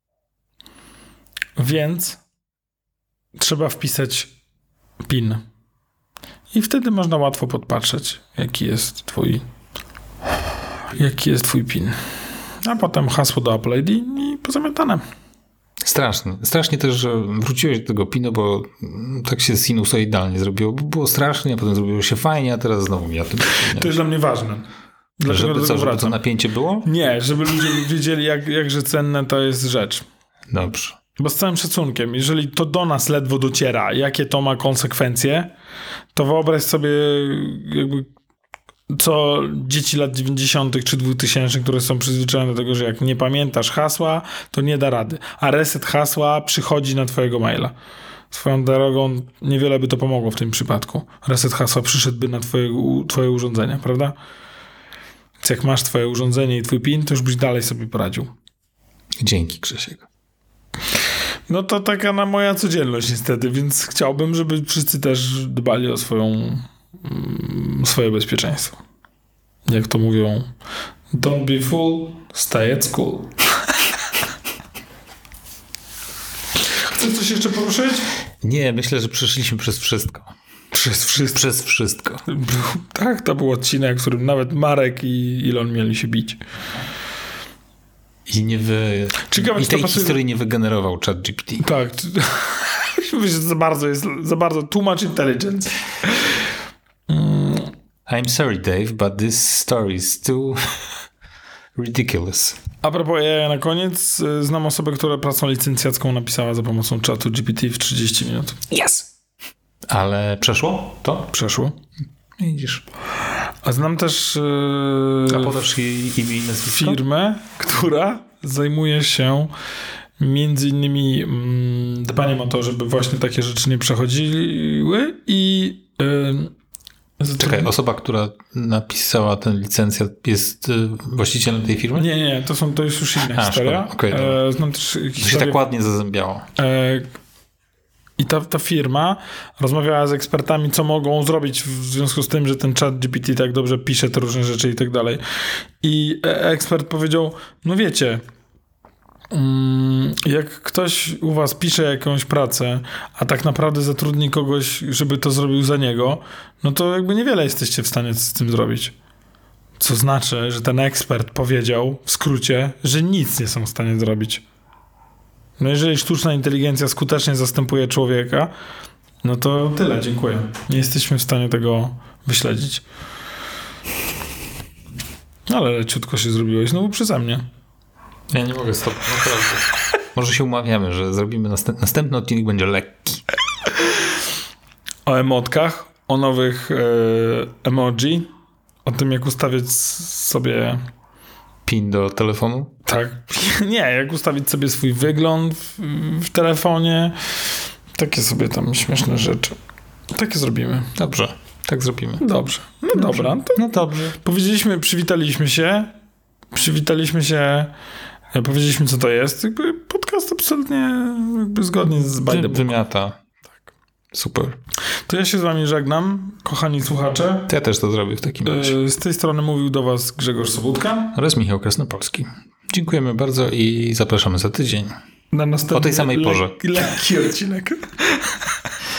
Speaker 1: Więc trzeba wpisać PIN. I wtedy można łatwo podpatrzeć, jaki jest twój jaki jest twój PIN. A potem hasło do Apple I D i pozamiatane.
Speaker 2: Strasznie. Strasznie też, że wróciłeś do tego PIN-u, bo tak się sinusoidalnie zrobiło. Było strasznie, a potem zrobiło się fajnie, a teraz znowu mi o tym przypomniałeś.
Speaker 1: To jest dla mnie ważne. Dlaczego
Speaker 2: żeby co, żeby to napięcie było?
Speaker 1: Nie, żeby ludzie wiedzieli, jak, jakże cenne to jest rzecz.
Speaker 2: Dobrze.
Speaker 1: Bo z całym szacunkiem, jeżeli to do nas ledwo dociera, jakie to ma konsekwencje, to wyobraź sobie jakby co dzieci lat dziewięćdziesiątych czy dwutysięcznych, które są przyzwyczajone do tego, że jak nie pamiętasz hasła, to nie da rady. A reset hasła przychodzi na twojego maila. Swoją drogą niewiele by to pomogło w tym przypadku. Reset hasła przyszedłby na twoje, twoje urządzenie, prawda? Więc jak masz twoje urządzenie i twój PIN, to już byś dalej sobie poradził.
Speaker 2: Dzięki, Krzysiek.
Speaker 1: No to taka na moja codzienność niestety, więc chciałbym, żeby wszyscy też dbali o swoją swoje bezpieczeństwo. Jak to mówią, don't be fool, stay at school. Chcesz coś jeszcze poruszyć?
Speaker 2: Nie, myślę, że przeszliśmy przez wszystko.
Speaker 1: Przez wszystko?
Speaker 2: Przez wszystko.
Speaker 1: Tak, to był odcinek, w którym nawet Marek i Elon mieli się bić.
Speaker 2: I nie wy...
Speaker 1: Ciekawe,
Speaker 2: I tej
Speaker 1: pasuje...
Speaker 2: historii nie wygenerował ChatGPT.
Speaker 1: Tak. Myślę, że za bardzo jest, za bardzo too much intelligence.
Speaker 2: Mm. I'm sorry, Dave, but this story is too ridiculous.
Speaker 1: A propos A I na koniec, znam osobę, która pracę licencjacką napisała za pomocą czatu G P T w trzydzieści minut.
Speaker 2: Yes! Ale przeszło to?
Speaker 1: Przeszło.
Speaker 2: Widzisz.
Speaker 1: A znam też
Speaker 2: yy, A podasz jej imię i nazwisko?
Speaker 1: Firmę, która zajmuje się między innymi mm, dbaniem o to, żeby właśnie takie rzeczy nie przechodziły i yy,
Speaker 2: Czekaj, osoba, która napisała ten licencjat jest y, właścicielem tej firmy?
Speaker 1: Nie, nie, to, są, to jest już inna
Speaker 2: A,
Speaker 1: historia.
Speaker 2: Okay,
Speaker 1: e, znam też
Speaker 2: historię...
Speaker 1: historię...
Speaker 2: To się tak ładnie zazębiało.
Speaker 1: E, I ta, ta firma rozmawiała z ekspertami, co mogą zrobić w związku z tym, że ten chat G P T tak dobrze pisze te różne rzeczy i tak dalej. I ekspert powiedział, no wiecie, jak ktoś u was pisze jakąś pracę, a tak naprawdę zatrudni kogoś, żeby to zrobił za niego, no to jakby niewiele jesteście w stanie z tym zrobić. Co znaczy, że ten ekspert powiedział w skrócie, że nic nie są w stanie zrobić. No jeżeli sztuczna inteligencja skutecznie zastępuje człowieka, no to tyle, dziękuję. Nie jesteśmy w stanie tego wyśledzić. Ale leciutko się zrobiłeś, no bo przeze mnie.
Speaker 2: Ja nie mogę z tobą, naprawdę. Może się umawiamy, że zrobimy następ, następny odcinek będzie lekki.
Speaker 1: O emotkach, o nowych e, emoji, o tym jak ustawiać sobie...
Speaker 2: PIN do telefonu?
Speaker 1: Tak. Nie, jak ustawić sobie swój wygląd w, w telefonie. Takie sobie tam śmieszne rzeczy. Takie zrobimy.
Speaker 2: Dobrze, tak zrobimy.
Speaker 1: Dobrze. No
Speaker 2: dobrze.
Speaker 1: dobra. To
Speaker 2: no dobrze.
Speaker 1: Powiedzieliśmy, przywitaliśmy się. Przywitaliśmy się. Powiedzieliśmy, co to jest. Jakby podcast absolutnie jakby zgodnie z by the book.
Speaker 2: Wymiata. Tak. Super.
Speaker 1: To ja się z wami żegnam, kochani słuchacze.
Speaker 2: To ja też to zrobię w takim razie.
Speaker 1: Z tej strony mówił do was Grzegorz Sobótka
Speaker 2: oraz Michał Krasnopolski. Dziękujemy bardzo i zapraszamy za tydzień.
Speaker 1: Na następny
Speaker 2: o tej samej porze.
Speaker 1: Le- lekki odcinek.